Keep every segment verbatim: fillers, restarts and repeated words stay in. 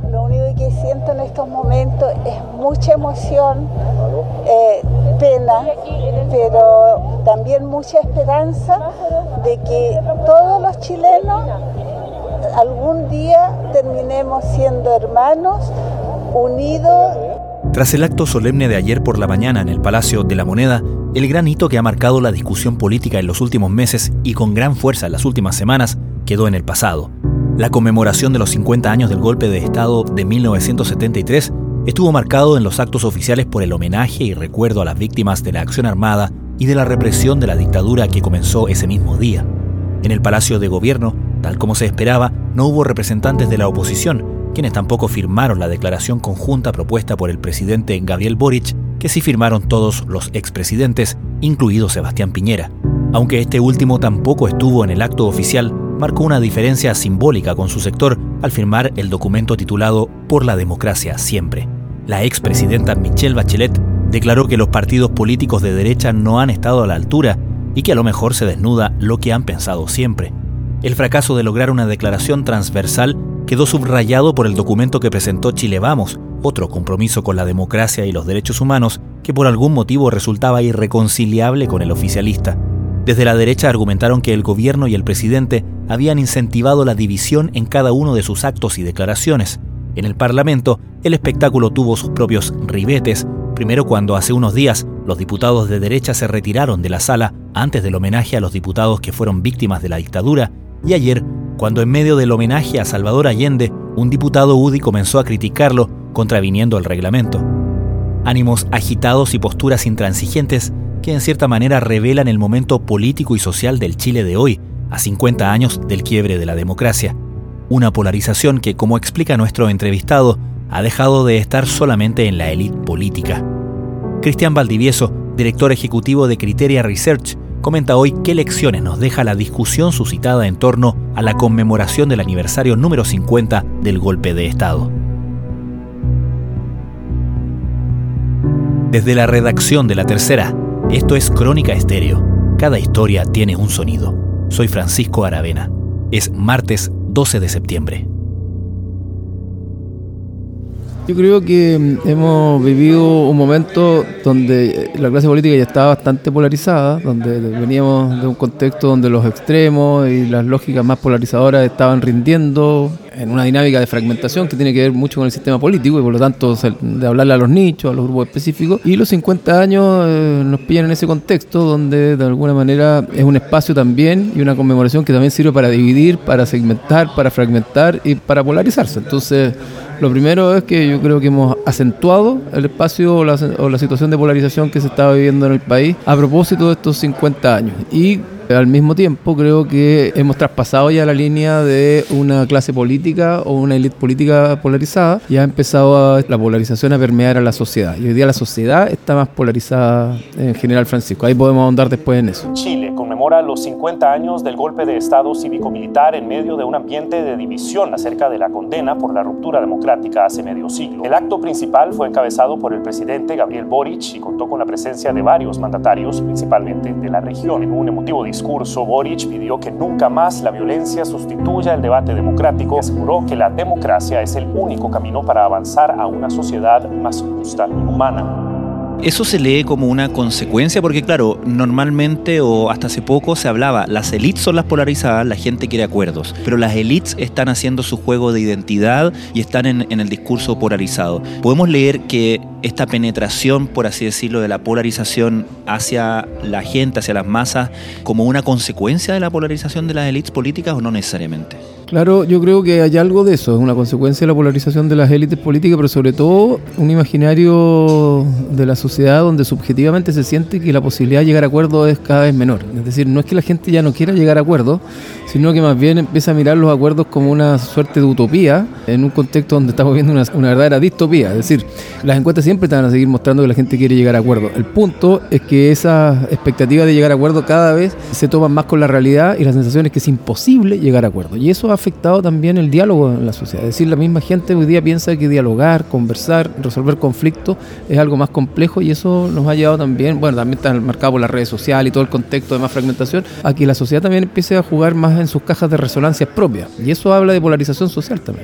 Lo único que siento en estos momentos es mucha emoción, eh, pena, pero también mucha esperanza de que todos los chilenos algún día terminemos siendo hermanos, unidos. Tras el acto solemne de ayer por la mañana en el Palacio de la Moneda, el gran hito que ha marcado la discusión política en los últimos meses y con gran fuerza en las últimas semanas quedó en el pasado. La conmemoración de los cincuenta años del golpe de Estado de mil novecientos setenta y tres estuvo marcado en los actos oficiales por el homenaje y recuerdo a las víctimas de la acción armada y de la represión de la dictadura que comenzó ese mismo día. En el Palacio de Gobierno, tal como se esperaba, no hubo representantes de la oposición, quienes tampoco firmaron la declaración conjunta propuesta por el presidente Gabriel Boric, que sí firmaron todos los expresidentes, incluido Sebastián Piñera. Aunque este último tampoco estuvo en el acto oficial, marcó una diferencia simbólica con su sector al firmar el documento titulado Por la democracia siempre. La expresidenta Michelle Bachelet declaró que los partidos políticos de derecha no han estado a la altura y que a lo mejor se desnuda lo que han pensado siempre. El fracaso de lograr una declaración transversal quedó subrayado por el documento que presentó Chile Vamos, otro compromiso con la democracia y los derechos humanos que por algún motivo resultaba irreconciliable con el oficialista. Desde la derecha argumentaron que el gobierno y el presidente habían incentivado la división en cada uno de sus actos y declaraciones. En el Parlamento, el espectáculo tuvo sus propios ribetes, primero cuando hace unos días los diputados de derecha se retiraron de la sala antes del homenaje a los diputados que fueron víctimas de la dictadura, y ayer, cuando en medio del homenaje a Salvador Allende, un diputado U D I comenzó a criticarlo, contraviniendo el reglamento. Ánimos agitados y posturas intransigentes que en cierta manera revelan el momento político y social del Chile de hoy, a cincuenta años del quiebre de la democracia. Una polarización que, como explica nuestro entrevistado, ha dejado de estar solamente en la élite política. Cristian Valdivieso, director ejecutivo de Criteria Research, comenta hoy qué lecciones nos deja la discusión suscitada en torno a la conmemoración del aniversario número cincuenta del golpe de Estado. Desde la redacción de La Tercera, esto es Crónica Estéreo. Cada historia tiene un sonido. Soy Francisco Aravena. Es martes doce de septiembre. Yo creo que hemos vivido un momento donde la clase política ya estaba bastante polarizada, donde veníamos de un contexto donde los extremos y las lógicas más polarizadoras estaban rindiendo en una dinámica de fragmentación que tiene que ver mucho con el sistema político y por lo tanto de hablarle a los nichos, a los grupos específicos. Y los cincuenta años eh, nos pillan en ese contexto donde de alguna manera es un espacio también y una conmemoración que también sirve para dividir, para segmentar, para fragmentar y para polarizarse. Entonces, lo primero es que yo creo que hemos acentuado el espacio o la, o la situación de polarización que se estaba viviendo en el país a propósito de estos cincuenta años. Y al mismo tiempo creo que hemos traspasado ya la línea de una clase política o una élite política polarizada y ha empezado a, la polarización a permear a la sociedad. Y hoy día la sociedad está más polarizada en general, Francisco. Ahí podemos ahondar después en eso. Chile conmemora los cincuenta años del golpe de Estado cívico-militar en medio de un ambiente de división acerca de la condena por la ruptura democrática hace medio siglo. El acto principal fue encabezado por el presidente Gabriel Boric y contó con la presencia de varios mandatarios, principalmente de la región. En un emotivo discurso, Boric pidió que nunca más la violencia sustituya el debate democrático y aseguró que la democracia es el único camino para avanzar a una sociedad más justa y humana. ¿Eso se lee como una consecuencia? Porque claro, normalmente o hasta hace poco se hablaba, las élites son las polarizadas, la gente quiere acuerdos, pero las élites están haciendo su juego de identidad y están en, en el discurso polarizado. ¿Podemos leer que esta penetración, por así decirlo, de la polarización hacia la gente, hacia las masas, como una consecuencia de la polarización de las élites políticas o no necesariamente? Claro, yo creo que hay algo de eso, es una consecuencia de la polarización de las élites políticas, pero sobre todo un imaginario de la sociedad donde subjetivamente se siente que la posibilidad de llegar a acuerdos es cada vez menor. Es decir, no es que la gente ya no quiera llegar a acuerdos, sino que más bien empieza a mirar los acuerdos como una suerte de utopía en un contexto donde estamos viendo una, una verdadera distopía. Es decir, las encuestas siempre te van a seguir mostrando que la gente quiere llegar a acuerdos. El punto es que esas expectativas de llegar a acuerdos cada vez se toman más con la realidad y la sensación es que es imposible llegar a acuerdos. Y eso ha afectado también el diálogo en la sociedad. Es decir, la misma gente hoy día piensa que dialogar, conversar, resolver conflictos es algo más complejo y eso nos ha llevado también, bueno, también está marcado por las redes sociales y todo el contexto de más fragmentación, a que la sociedad también empiece a jugar más en sus cajas de resonancia propias. Y eso habla de polarización social también.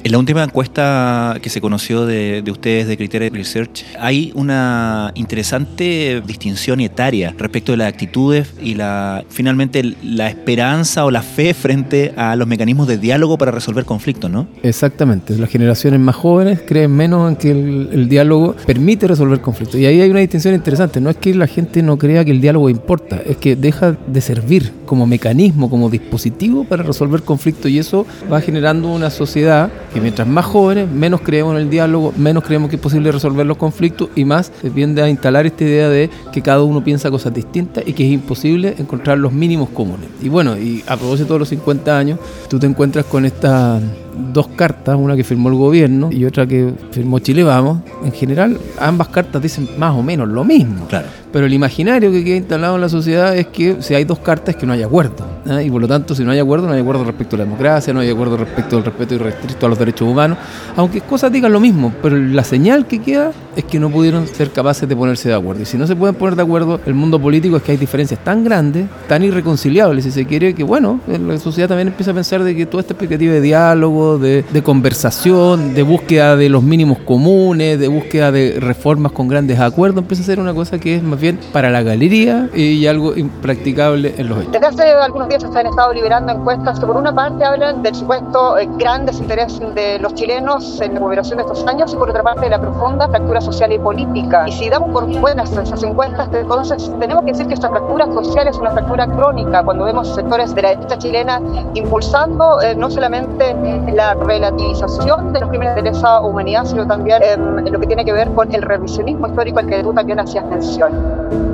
En la última encuesta que se conoció de, de ustedes, de Criteria Research, hay una interesante distinción etaria respecto de las actitudes y la finalmente la esperanza o la fe frente a los mecanismos de diálogo para resolver conflictos, ¿no? Exactamente. Las generaciones más jóvenes creen menos en que el, el diálogo permite resolver conflictos. Y ahí hay una distinción interesante. No es que la gente no crea que el diálogo importa, es que deja de servir como mecanismo, como dispositivo para resolver conflictos, y eso va generando una sociedad que mientras más jóvenes, menos creemos en el diálogo, menos creemos que es posible resolver los conflictos y más se tiende a instalar esta idea de que cada uno piensa cosas distintas y que es imposible encontrar los mínimos comunes. Y bueno, y a propósito de los cincuenta años, tú te encuentras con estas dos cartas, una que firmó el gobierno y otra que firmó Chile Vamos. En general, ambas cartas dicen más o menos lo mismo. Claro. Pero el imaginario que queda instalado en la sociedad es que si hay dos cartas es que no hay acuerdo, ¿eh? Y por lo tanto, si no hay acuerdo, no hay acuerdo respecto a la democracia, no hay acuerdo respecto al respeto irrestricto a los derechos humanos, aunque cosas digan lo mismo, pero la señal que queda es que no pudieron ser capaces de ponerse de acuerdo. Y si no se pueden poner de acuerdo el mundo político, es que hay diferencias tan grandes, tan irreconciliables, si se quiere, que bueno, la sociedad también empieza a pensar de que toda esta expectativa de diálogo, de, de conversación, de búsqueda de los mínimos comunes, de búsqueda de reformas con grandes acuerdos, empieza a ser una cosa que es más bien para la galería y algo impracticable en los hechos. Desde hace algunos días se han estado liberando encuestas que por una parte hablan del supuesto eh, gran desinterés de los chilenos en la recuperación de estos años y por otra parte de la profunda fractura social y política. Y si damos por buenas esas encuestas, entonces tenemos que decir que esta fractura social es una fractura crónica cuando vemos sectores de la derecha chilena impulsando eh, no solamente la relativización de los crímenes de lesa humanidad, sino también eh, en lo que tiene que ver con el revisionismo histórico al que tú también hacías mención.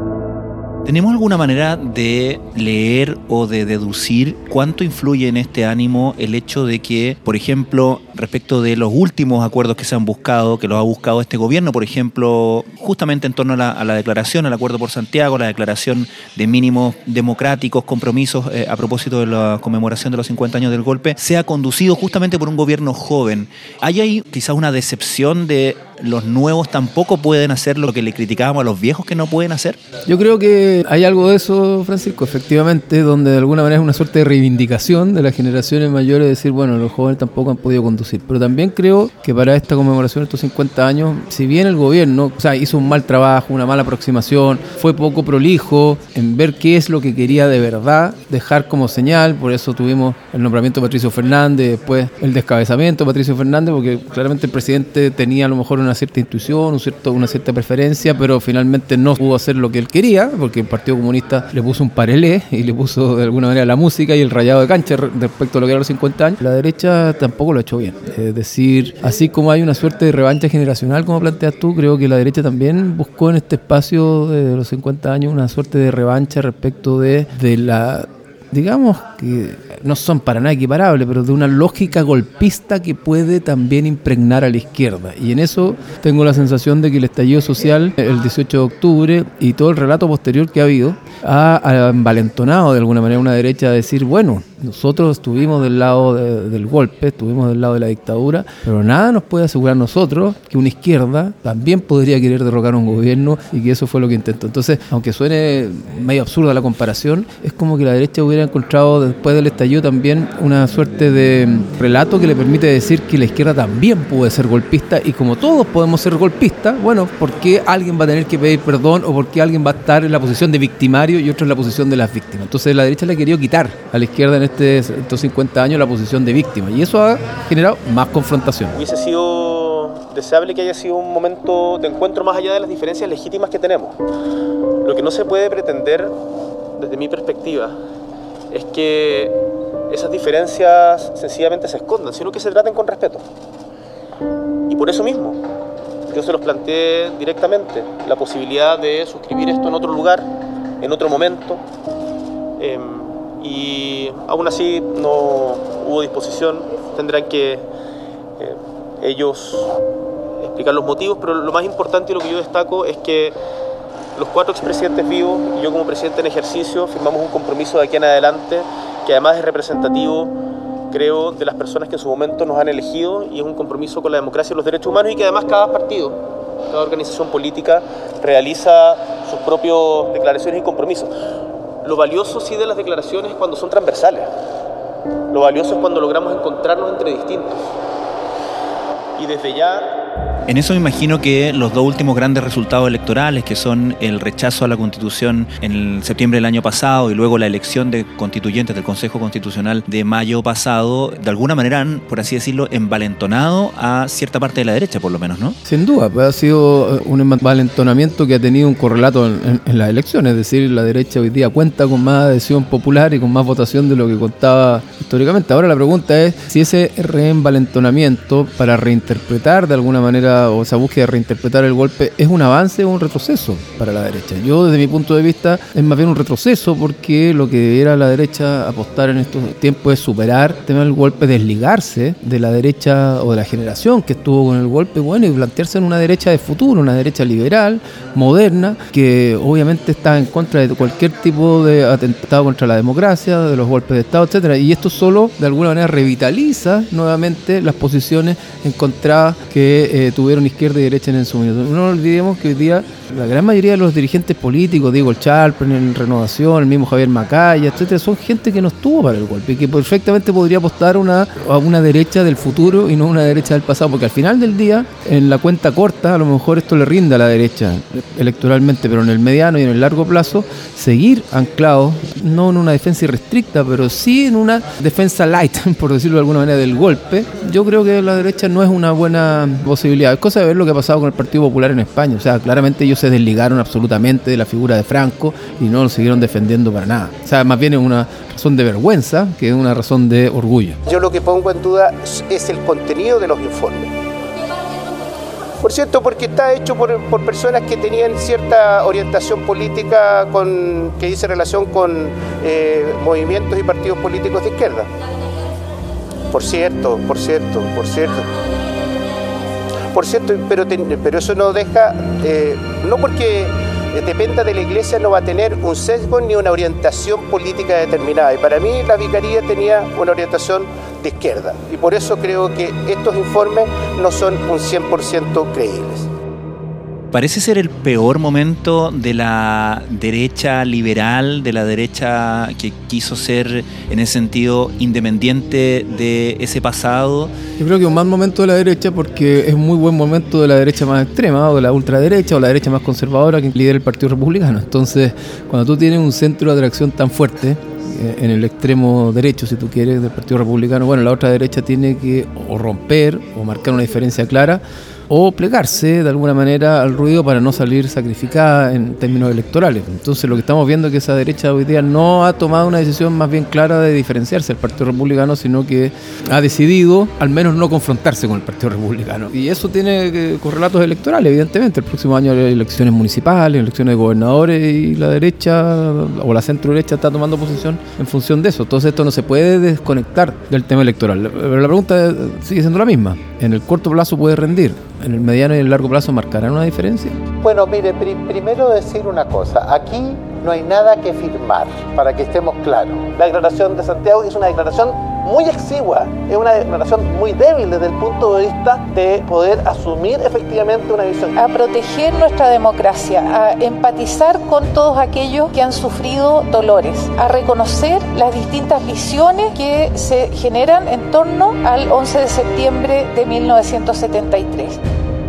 ¿Tenemos alguna manera de leer o de deducir cuánto influye en este ánimo el hecho de que, por ejemplo, respecto de los últimos acuerdos que se han buscado, que los ha buscado este gobierno, por ejemplo, justamente en torno a la, a la declaración, al Acuerdo por Santiago, la declaración de mínimos democráticos, compromisos eh, a propósito de la conmemoración de los cincuenta años del golpe, sea conducido justamente por un gobierno joven? ¿Hay ahí quizás una decepción de los nuevos tampoco pueden hacer lo que le criticábamos a los viejos que no pueden hacer? Yo creo que hay algo de eso, Francisco, efectivamente, donde de alguna manera es una suerte de reivindicación de las generaciones mayores, de decir, bueno, los jóvenes tampoco han podido conducir. Pero también creo que para esta conmemoración de estos cincuenta años, si bien el gobierno, o sea, hizo un mal trabajo, una mala aproximación, fue poco prolijo en ver qué es lo que quería de verdad dejar como señal, por eso tuvimos el nombramiento de Patricio Fernández, después el descabezamiento de Patricio Fernández, porque claramente el presidente tenía a lo mejor una cierta intuición, un cierto, una cierta preferencia, pero finalmente no pudo hacer lo que él quería, porque el Partido Comunista le puso un parelé y le puso de alguna manera la música y el rayado de cancha respecto a lo que eran los cincuenta años. La derecha tampoco lo ha hecho bien. Es decir, así como hay una suerte de revancha generacional, como planteas tú, creo que la derecha también buscó en este espacio de los cincuenta años una suerte de revancha respecto de, de la... digamos que no son para nada equiparables, pero de una lógica golpista que puede también impregnar a la izquierda. Y en eso tengo la sensación de que el estallido social, el dieciocho de octubre, y todo el relato posterior que ha habido, ha envalentonado de alguna manera una derecha a decir, bueno, nosotros estuvimos del lado de, del golpe, estuvimos del lado de la dictadura, pero nada nos puede asegurar nosotros que una izquierda también podría querer derrocar a un gobierno, y que eso fue lo que intentó. Entonces, aunque suene medio absurda la comparación, es como que la derecha hubiera encontrado después del estallido también una suerte de relato que le permite decir que la izquierda también puede ser golpista, y como todos podemos ser golpistas, bueno, ¿por qué alguien va a tener que pedir perdón o por qué alguien va a estar en la posición de victimario y otro en la posición de las víctimas? Entonces la derecha le ha querido quitar a la izquierda en este, estos cincuenta años la posición de víctima, y eso ha generado más confrontación. Hubiese sido deseable que haya sido un momento de encuentro más allá de las diferencias legítimas que tenemos. Lo que no se puede pretender, desde mi perspectiva, es que esas diferencias sencillamente se escondan, sino que se traten con respeto. Y por eso mismo, yo se los planteé directamente, la posibilidad de suscribir esto en otro lugar, en otro momento, eh, y aún así no hubo disposición. Tendrán que eh, ellos explicar los motivos, pero lo más importante y lo que yo destaco es que los cuatro expresidentes vivos y yo como presidente en ejercicio firmamos un compromiso de aquí en adelante que además es representativo, creo, de las personas que en su momento nos han elegido, y es un compromiso con la democracia y los derechos humanos, y que además cada partido, cada organización política realiza sus propias declaraciones y compromisos. Lo valioso sí de las declaraciones es cuando son transversales. Lo valioso es cuando logramos encontrarnos entre distintos. y desde ya... En eso me imagino que los dos últimos grandes resultados electorales, que son el rechazo a la Constitución en septiembre del año pasado y luego la elección de constituyentes del Consejo Constitucional de mayo pasado, de alguna manera han, por así decirlo, envalentonado a cierta parte de la derecha, por lo menos, ¿no? Sin duda, pues ha sido un envalentonamiento que ha tenido un correlato en, en, en las elecciones, es decir, la derecha hoy día cuenta con más adhesión popular y con más votación de lo que contaba históricamente. Ahora la pregunta es si ese reenvalentonamiento para reinterpretar de alguna manera o esa búsqueda de reinterpretar el golpe es un avance o un retroceso para la derecha. Yo desde mi punto de vista es más bien un retroceso, porque lo que debiera la derecha apostar en estos tiempos es superar el tema del golpe, desligarse de la derecha o de la generación que estuvo con el golpe, bueno, y plantearse en una derecha de futuro, una derecha liberal, moderna, que obviamente está en contra de cualquier tipo de atentado contra la democracia, de los golpes de Estado, etcétera. Y esto solo de alguna manera revitaliza nuevamente las posiciones encontradas que eh, tuvieron izquierda y derecha en su minuto. No olvidemos que hoy día la gran mayoría de los dirigentes políticos, Diego Chalpern en Renovación, el mismo Javier Macaya, etcétera, son gente que no estuvo para el golpe y que perfectamente podría apostar una, a una derecha del futuro y no una derecha del pasado, porque al final del día, en la cuenta corta, a lo mejor esto le rinde a la derecha electoralmente, pero en el mediano y en el largo plazo, seguir anclados, no en una defensa irrestricta, pero sí en una defensa light, por decirlo de alguna manera, del golpe, yo creo que la derecha no es una buena posibilidad. Es cosa de ver lo que ha pasado con el Partido Popular en España. O sea, claramente ellos se desligaron absolutamente de la figura de Franco y no lo siguieron defendiendo para nada. O sea, más bien es una razón de vergüenza que es una razón de orgullo. Yo lo que pongo en duda es el contenido de los informes. Por cierto, porque está hecho por, por personas que tenían cierta orientación política con, que dice relación con eh, movimientos y partidos políticos de izquierda. Por cierto, por cierto, por cierto. Por cierto, pero, te, pero eso no deja, eh, no porque dependa de la iglesia no va a tener un sesgo ni una orientación política determinada. Y para mí la vicaría tenía una orientación de izquierda. Y por eso creo que estos informes no son un cien por ciento creíbles. Parece ser el peor momento de la derecha liberal, de la derecha que quiso ser, en ese sentido, independiente de ese pasado. Yo creo que es un mal momento de la derecha porque es un muy buen momento de la derecha más extrema, o de la ultraderecha, o la derecha más conservadora que lidera el Partido Republicano. Entonces, cuando tú tienes un centro de atracción tan fuerte, en el extremo derecho, si tú quieres, del Partido Republicano, bueno, la otra derecha tiene que o romper o marcar una diferencia clara o plegarse de alguna manera al ruido para no salir sacrificada en términos electorales. Entonces lo que estamos viendo es que esa derecha hoy día no ha tomado una decisión más bien clara de diferenciarse del Partido Republicano, sino que ha decidido al menos no confrontarse con el Partido Republicano. Y eso tiene eh, correlatos electorales, evidentemente. El próximo año hay elecciones municipales, elecciones de gobernadores, y la derecha o la centro derecha está tomando posición en función de eso. Entonces esto no se puede desconectar del tema electoral. Pero la pregunta sigue siendo la misma. ¿En el corto plazo puede rendir? ¿En el mediano y el largo plazo marcarán una diferencia? Bueno, mire, pri- primero decir una cosa. Aquí no hay nada que firmar, para que estemos claros. La declaración de Santiago es una declaración muy exigua, es una declaración muy débil desde el punto de vista de poder asumir efectivamente una visión. A proteger nuestra democracia, a empatizar con todos aquellos que han sufrido dolores, a reconocer las distintas visiones que se generan en torno al once de septiembre de mil novecientos setenta y tres.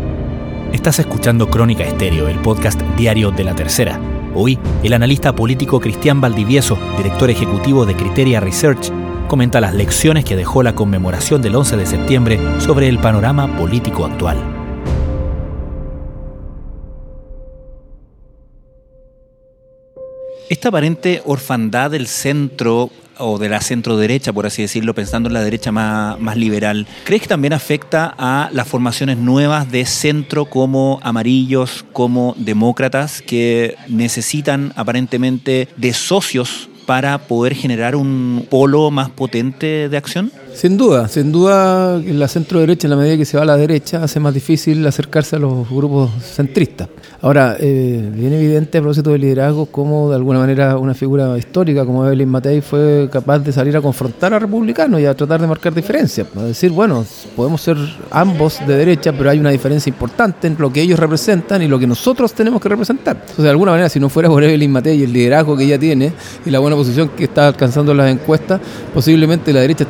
Estás escuchando Crónica Estéreo, el podcast diario de La Tercera. Hoy, el analista político Cristian Valdivieso, director ejecutivo de Criteria Research, comenta las lecciones que dejó la conmemoración del once de septiembre sobre el panorama político actual. Esta aparente orfandad del centro o de la centro-derecha, por así decirlo, pensando en la derecha más, más liberal, ¿crees que también afecta a las formaciones nuevas de centro como amarillos, como demócratas, que necesitan aparentemente de socios para poder generar un polo más potente de acción? Sin duda, sin duda la centro-derecha, en la medida que se va a la derecha, hace más difícil acercarse a los grupos centristas. Ahora, eh, bien evidente a propósito del liderazgo, cómo de alguna manera una figura histórica como Evelyn Matei fue capaz de salir a confrontar a republicanos y a tratar de marcar diferencias. A decir, bueno, podemos ser ambos de derecha, pero hay una diferencia importante entre lo que ellos representan y lo que nosotros tenemos que representar. Entonces, de alguna manera, si no fuera por Evelyn Matei y el liderazgo que ella tiene y la buena posición que está alcanzando en las encuestas, posiblemente la derecha estaría aún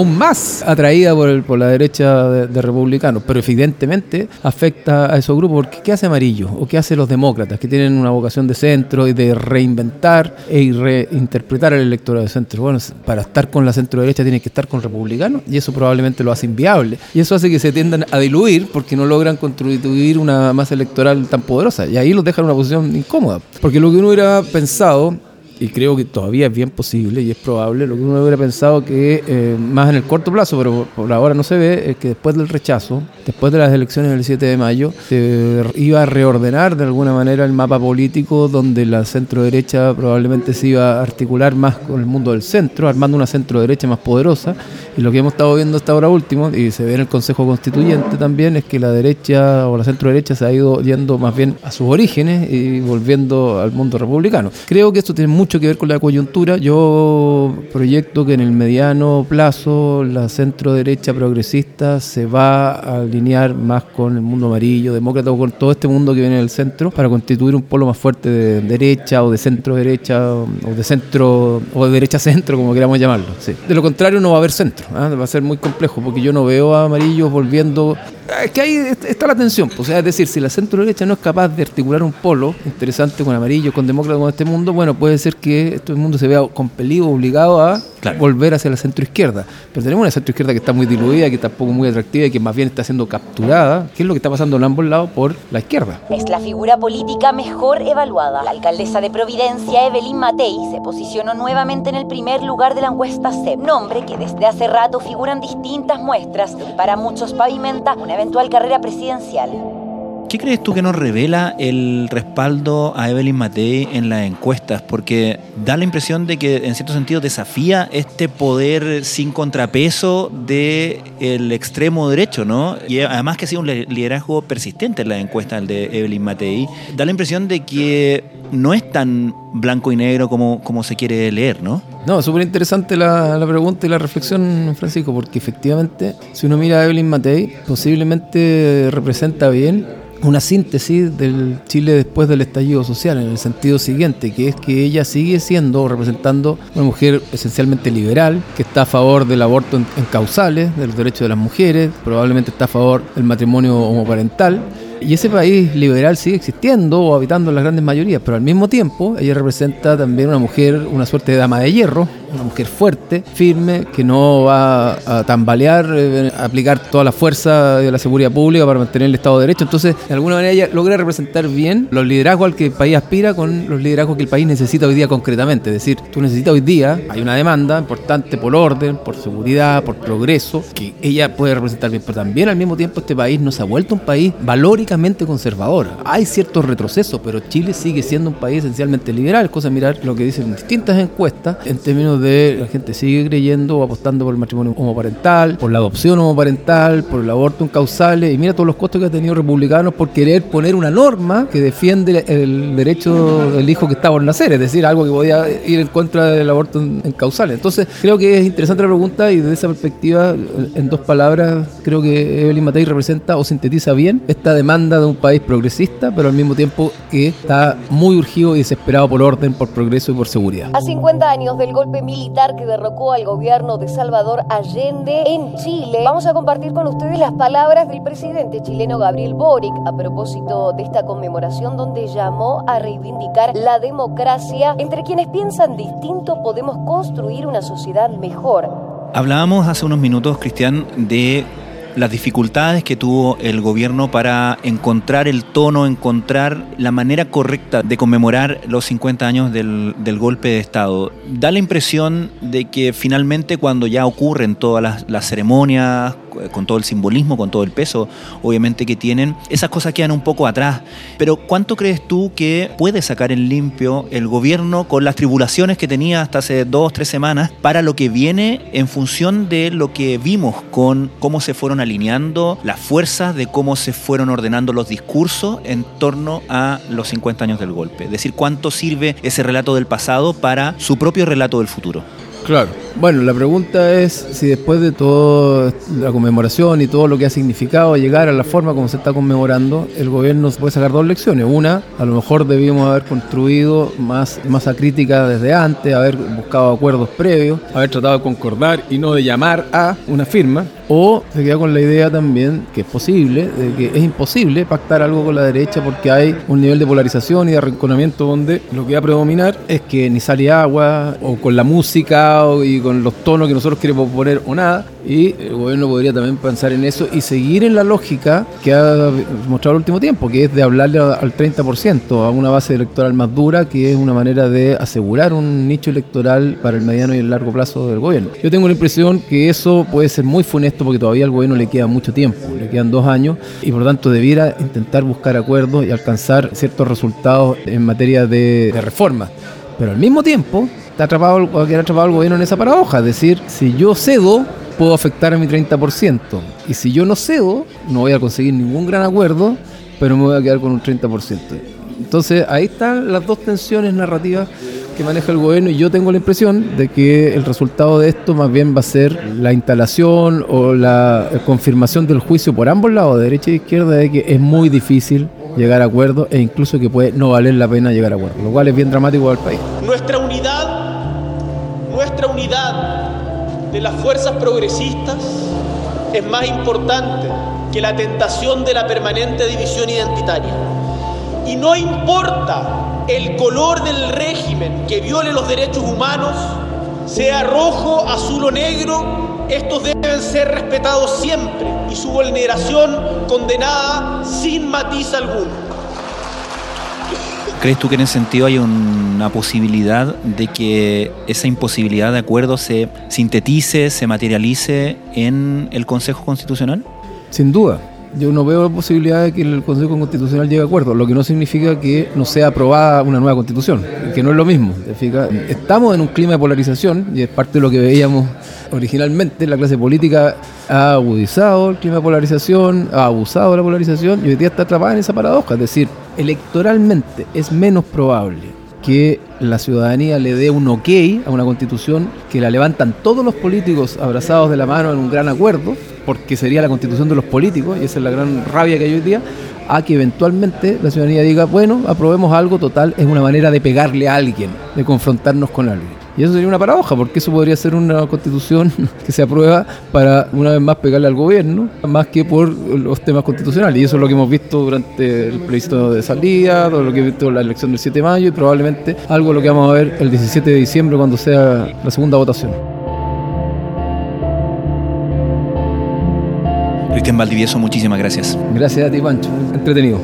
aún más atraída por, el, por la derecha de, de republicanos, pero evidentemente afecta a esos grupos, porque ¿qué hace Amarillo? ¿O qué hace los demócratas, que tienen una vocación de centro y de reinventar e reinterpretar el electorado de centro? Bueno, para estar con la centro derecha tienen que estar con republicanos, y eso probablemente lo hace inviable, y eso hace que se tiendan a diluir porque no logran constituir una masa electoral tan poderosa, y ahí los dejan en una posición incómoda, porque lo que uno hubiera pensado, y creo que todavía es bien posible y es probable, lo que uno hubiera pensado que eh, más en el corto plazo, pero por ahora no se ve, es que después del rechazo, después de las elecciones del siete de mayo, se iba a reordenar de alguna manera el mapa político, donde la centro derecha probablemente se iba a articular más con el mundo del centro, armando una centro derecha más poderosa, y lo que hemos estado viendo hasta ahora último, y se ve en el Consejo Constituyente también, es que la derecha o la centro derecha se ha ido yendo más bien a sus orígenes y volviendo al mundo republicano. Creo que esto tiene mucho mucho que ver con la coyuntura. Yo proyecto que en el mediano plazo la centro derecha progresista se va a alinear más con el mundo amarillo, demócrata, o con todo este mundo que viene del centro, para constituir un polo más fuerte de derecha o de centro derecha o de centro o de derecha centro, como queramos llamarlo. Sí. De lo contrario no va a haber centro, ¿eh? Va a ser muy complejo, porque yo no veo a Amarillos volviendo. Es que ahí está la tensión, o sea, es decir, si la centro derecha no es capaz de articular un polo interesante con Amarillo, con demócratas, con este mundo, bueno, puede ser que este mundo se vea compelido, obligado a claro. volver hacia la centro izquierda. Pero tenemos una centro izquierda que está muy diluida, que tampoco muy atractiva y que más bien está siendo capturada, que es lo que está pasando en ambos lados por la izquierda. Es la figura política mejor evaluada. La alcaldesa de Providencia, Evelyn Matei, se posicionó nuevamente en el primer lugar de la encuesta C E P, nombre que desde hace rato figuran distintas muestras y para muchos pavimenta una eventual carrera presidencial. ¿Qué crees tú que nos revela el respaldo a Evelyn Matei en las encuestas? Porque da la impresión de que en cierto sentido desafía este poder sin contrapeso del extremo derecho, ¿no? Y además que ha sido un liderazgo persistente en las encuestas, el de Evelyn Matei. Da la impresión de que no es tan blanco y negro como, como se quiere leer, ¿no? No, súper interesante la, la pregunta y la reflexión, Francisco, porque efectivamente, si uno mira a Evelyn Matei, posiblemente representa bien una síntesis del Chile después del estallido social, en el sentido siguiente, que es que ella sigue siendo, representando una mujer esencialmente liberal, que está a favor del aborto en, en causales, de los derechos de las mujeres, probablemente está a favor del matrimonio homoparental. Y ese país liberal sigue existiendo o habitando en las grandes mayorías, pero al mismo tiempo ella representa también una mujer, una suerte de dama de hierro, una mujer fuerte, firme, que no va a tambalear, eh, a aplicar toda la fuerza de la seguridad pública para mantener el Estado de Derecho. Entonces, de alguna manera ella logra representar bien los liderazgos al que el país aspira con los liderazgos que el país necesita hoy día concretamente. Es decir, tú necesitas hoy día, hay una demanda importante por orden, por seguridad, por progreso, que ella puede representar bien, pero también al mismo tiempo este país no se ha vuelto un país valórico conservador. Hay ciertos retrocesos, pero Chile sigue siendo un país esencialmente liberal, cosa de mirar lo que dicen distintas encuestas en términos de la gente sigue creyendo o apostando por el matrimonio homoparental, por la adopción homoparental, por el aborto en causales, y mira todos los costos que ha tenido republicanos por querer poner una norma que defiende el derecho del hijo que está por nacer, es decir, algo que podía ir en contra del aborto en, en causales. Entonces, creo que es interesante la pregunta, y desde esa perspectiva, en dos palabras, creo que Evelyn Matei representa o sintetiza bien esta demanda de un país progresista, pero al mismo tiempo que está muy urgido y desesperado por orden, por progreso y por seguridad. A cincuenta años del golpe militar que derrocó al gobierno de Salvador Allende en Chile, vamos a compartir con ustedes las palabras del presidente chileno Gabriel Boric a propósito de esta conmemoración, donde llamó a reivindicar la democracia. Entre quienes piensan distinto podemos construir una sociedad mejor. Hablábamos hace unos minutos, Cristian, de las dificultades que tuvo el gobierno para encontrar el tono, encontrar la manera correcta de conmemorar los cincuenta años del, del golpe de Estado. Da la impresión de que finalmente, cuando ya ocurren todas las, las ceremonias, con todo el simbolismo, con todo el peso, obviamente, que tienen, esas cosas quedan un poco atrás. Pero ¿cuánto crees tú que puede sacar en limpio el gobierno con las tribulaciones que tenía hasta hace dos, tres semanas para lo que viene, en función de lo que vimos con cómo se fueron alineando las fuerzas, de cómo se fueron ordenando los discursos en torno a los cincuenta años del golpe? Es decir, ¿cuánto sirve ese relato del pasado para su propio relato del futuro? Claro, Bueno, la pregunta es si después de toda la conmemoración y todo lo que ha significado llegar a la forma como se está conmemorando, el gobierno puede sacar dos lecciones. Una, a lo mejor debíamos haber construido más masa crítica desde antes, haber buscado acuerdos previos, haber tratado de concordar y no de llamar a una firma. O se queda con la idea también que es posible, de que es imposible pactar algo con la derecha porque hay un nivel de polarización y de arrinconamiento donde lo que va a predominar es que ni sale agua, o con la música, o, y con los tonos que nosotros queremos poner, o nada. Y el gobierno podría también pensar en eso y seguir en la lógica que ha mostrado el último tiempo, que es de hablarle al treinta por ciento, a una base electoral más dura, que es una manera de asegurar un nicho electoral para el mediano y el largo plazo del gobierno. Yo tengo la impresión que eso puede ser muy funesto porque todavía al gobierno le queda mucho tiempo, le quedan dos años y por lo tanto debiera intentar buscar acuerdos y alcanzar ciertos resultados en materia de, de reforma. Pero al mismo tiempo está atrapado, va a quedar atrapado el gobierno en esa paradoja, es decir, si yo cedo puedo afectar a mi treinta por ciento y si yo no cedo no voy a conseguir ningún gran acuerdo, pero me voy a quedar con un treinta por ciento. Entonces ahí están las dos tensiones narrativas que maneja el gobierno y yo tengo la impresión de que el resultado de esto más bien va a ser la instalación o la confirmación del juicio por ambos lados, de derecha e izquierda, de que es muy difícil llegar a acuerdos e incluso que puede no valer la pena llegar a acuerdos, lo cual es bien dramático para el país. Nuestra unidad, nuestra unidad de las fuerzas progresistas es más importante que la tentación de la permanente división identitaria. Y no importa el color del régimen que viole los derechos humanos, sea rojo, azul o negro, estos deben ser respetados siempre y su vulneración condenada sin matiz alguno. ¿Crees tú que en ese sentido hay una posibilidad de que esa imposibilidad de acuerdo se sintetice, se materialice en el Consejo Constitucional? Sin duda. Yo no veo la posibilidad de que el Consejo Constitucional llegue a acuerdo, lo que no significa que no sea aprobada una nueva Constitución, que no es lo mismo. Estamos en un clima de polarización y es parte de lo que veíamos originalmente. La clase política ha agudizado el clima de polarización, ha abusado de la polarización y hoy día está atrapada en esa paradoja. Es decir, electoralmente es menos probable que la ciudadanía le dé un ok a una Constitución que la levantan todos los políticos abrazados de la mano en un gran acuerdo, porque sería la Constitución de los políticos, y esa es la gran rabia que hay hoy día, a que eventualmente la ciudadanía diga, bueno, aprobemos algo, total, es una manera de pegarle a alguien, de confrontarnos con alguien. Y eso sería una paradoja, porque eso podría ser una Constitución que se aprueba para, una vez más, pegarle al gobierno, más que por los temas constitucionales. Y eso es lo que hemos visto durante el plebiscito de salida, todo lo que hemos visto en la elección del siete de mayo y probablemente algo de lo que vamos a ver el diecisiete de diciembre cuando sea la segunda votación. Cristian Valdivieso, muchísimas gracias. Gracias a ti, Pancho. Entretenido.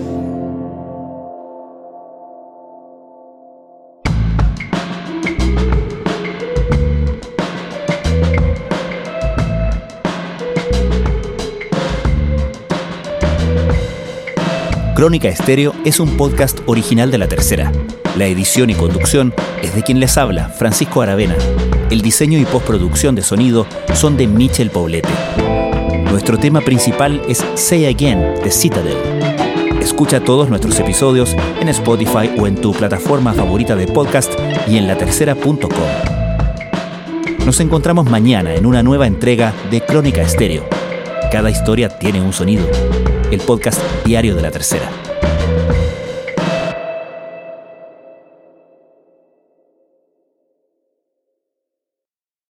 Crónica Estéreo es un podcast original de La Tercera. La edición y conducción es de quien les habla, Francisco Aravena. El diseño y postproducción de sonido son de Michel Poblete. Nuestro tema principal es Say Again, de Citadel. Escucha todos nuestros episodios en Spotify o en tu plataforma favorita de podcast y en la tercera punto com. Nos encontramos mañana en una nueva entrega de Crónica Estéreo. Cada historia tiene un sonido. El podcast diario de La Tercera.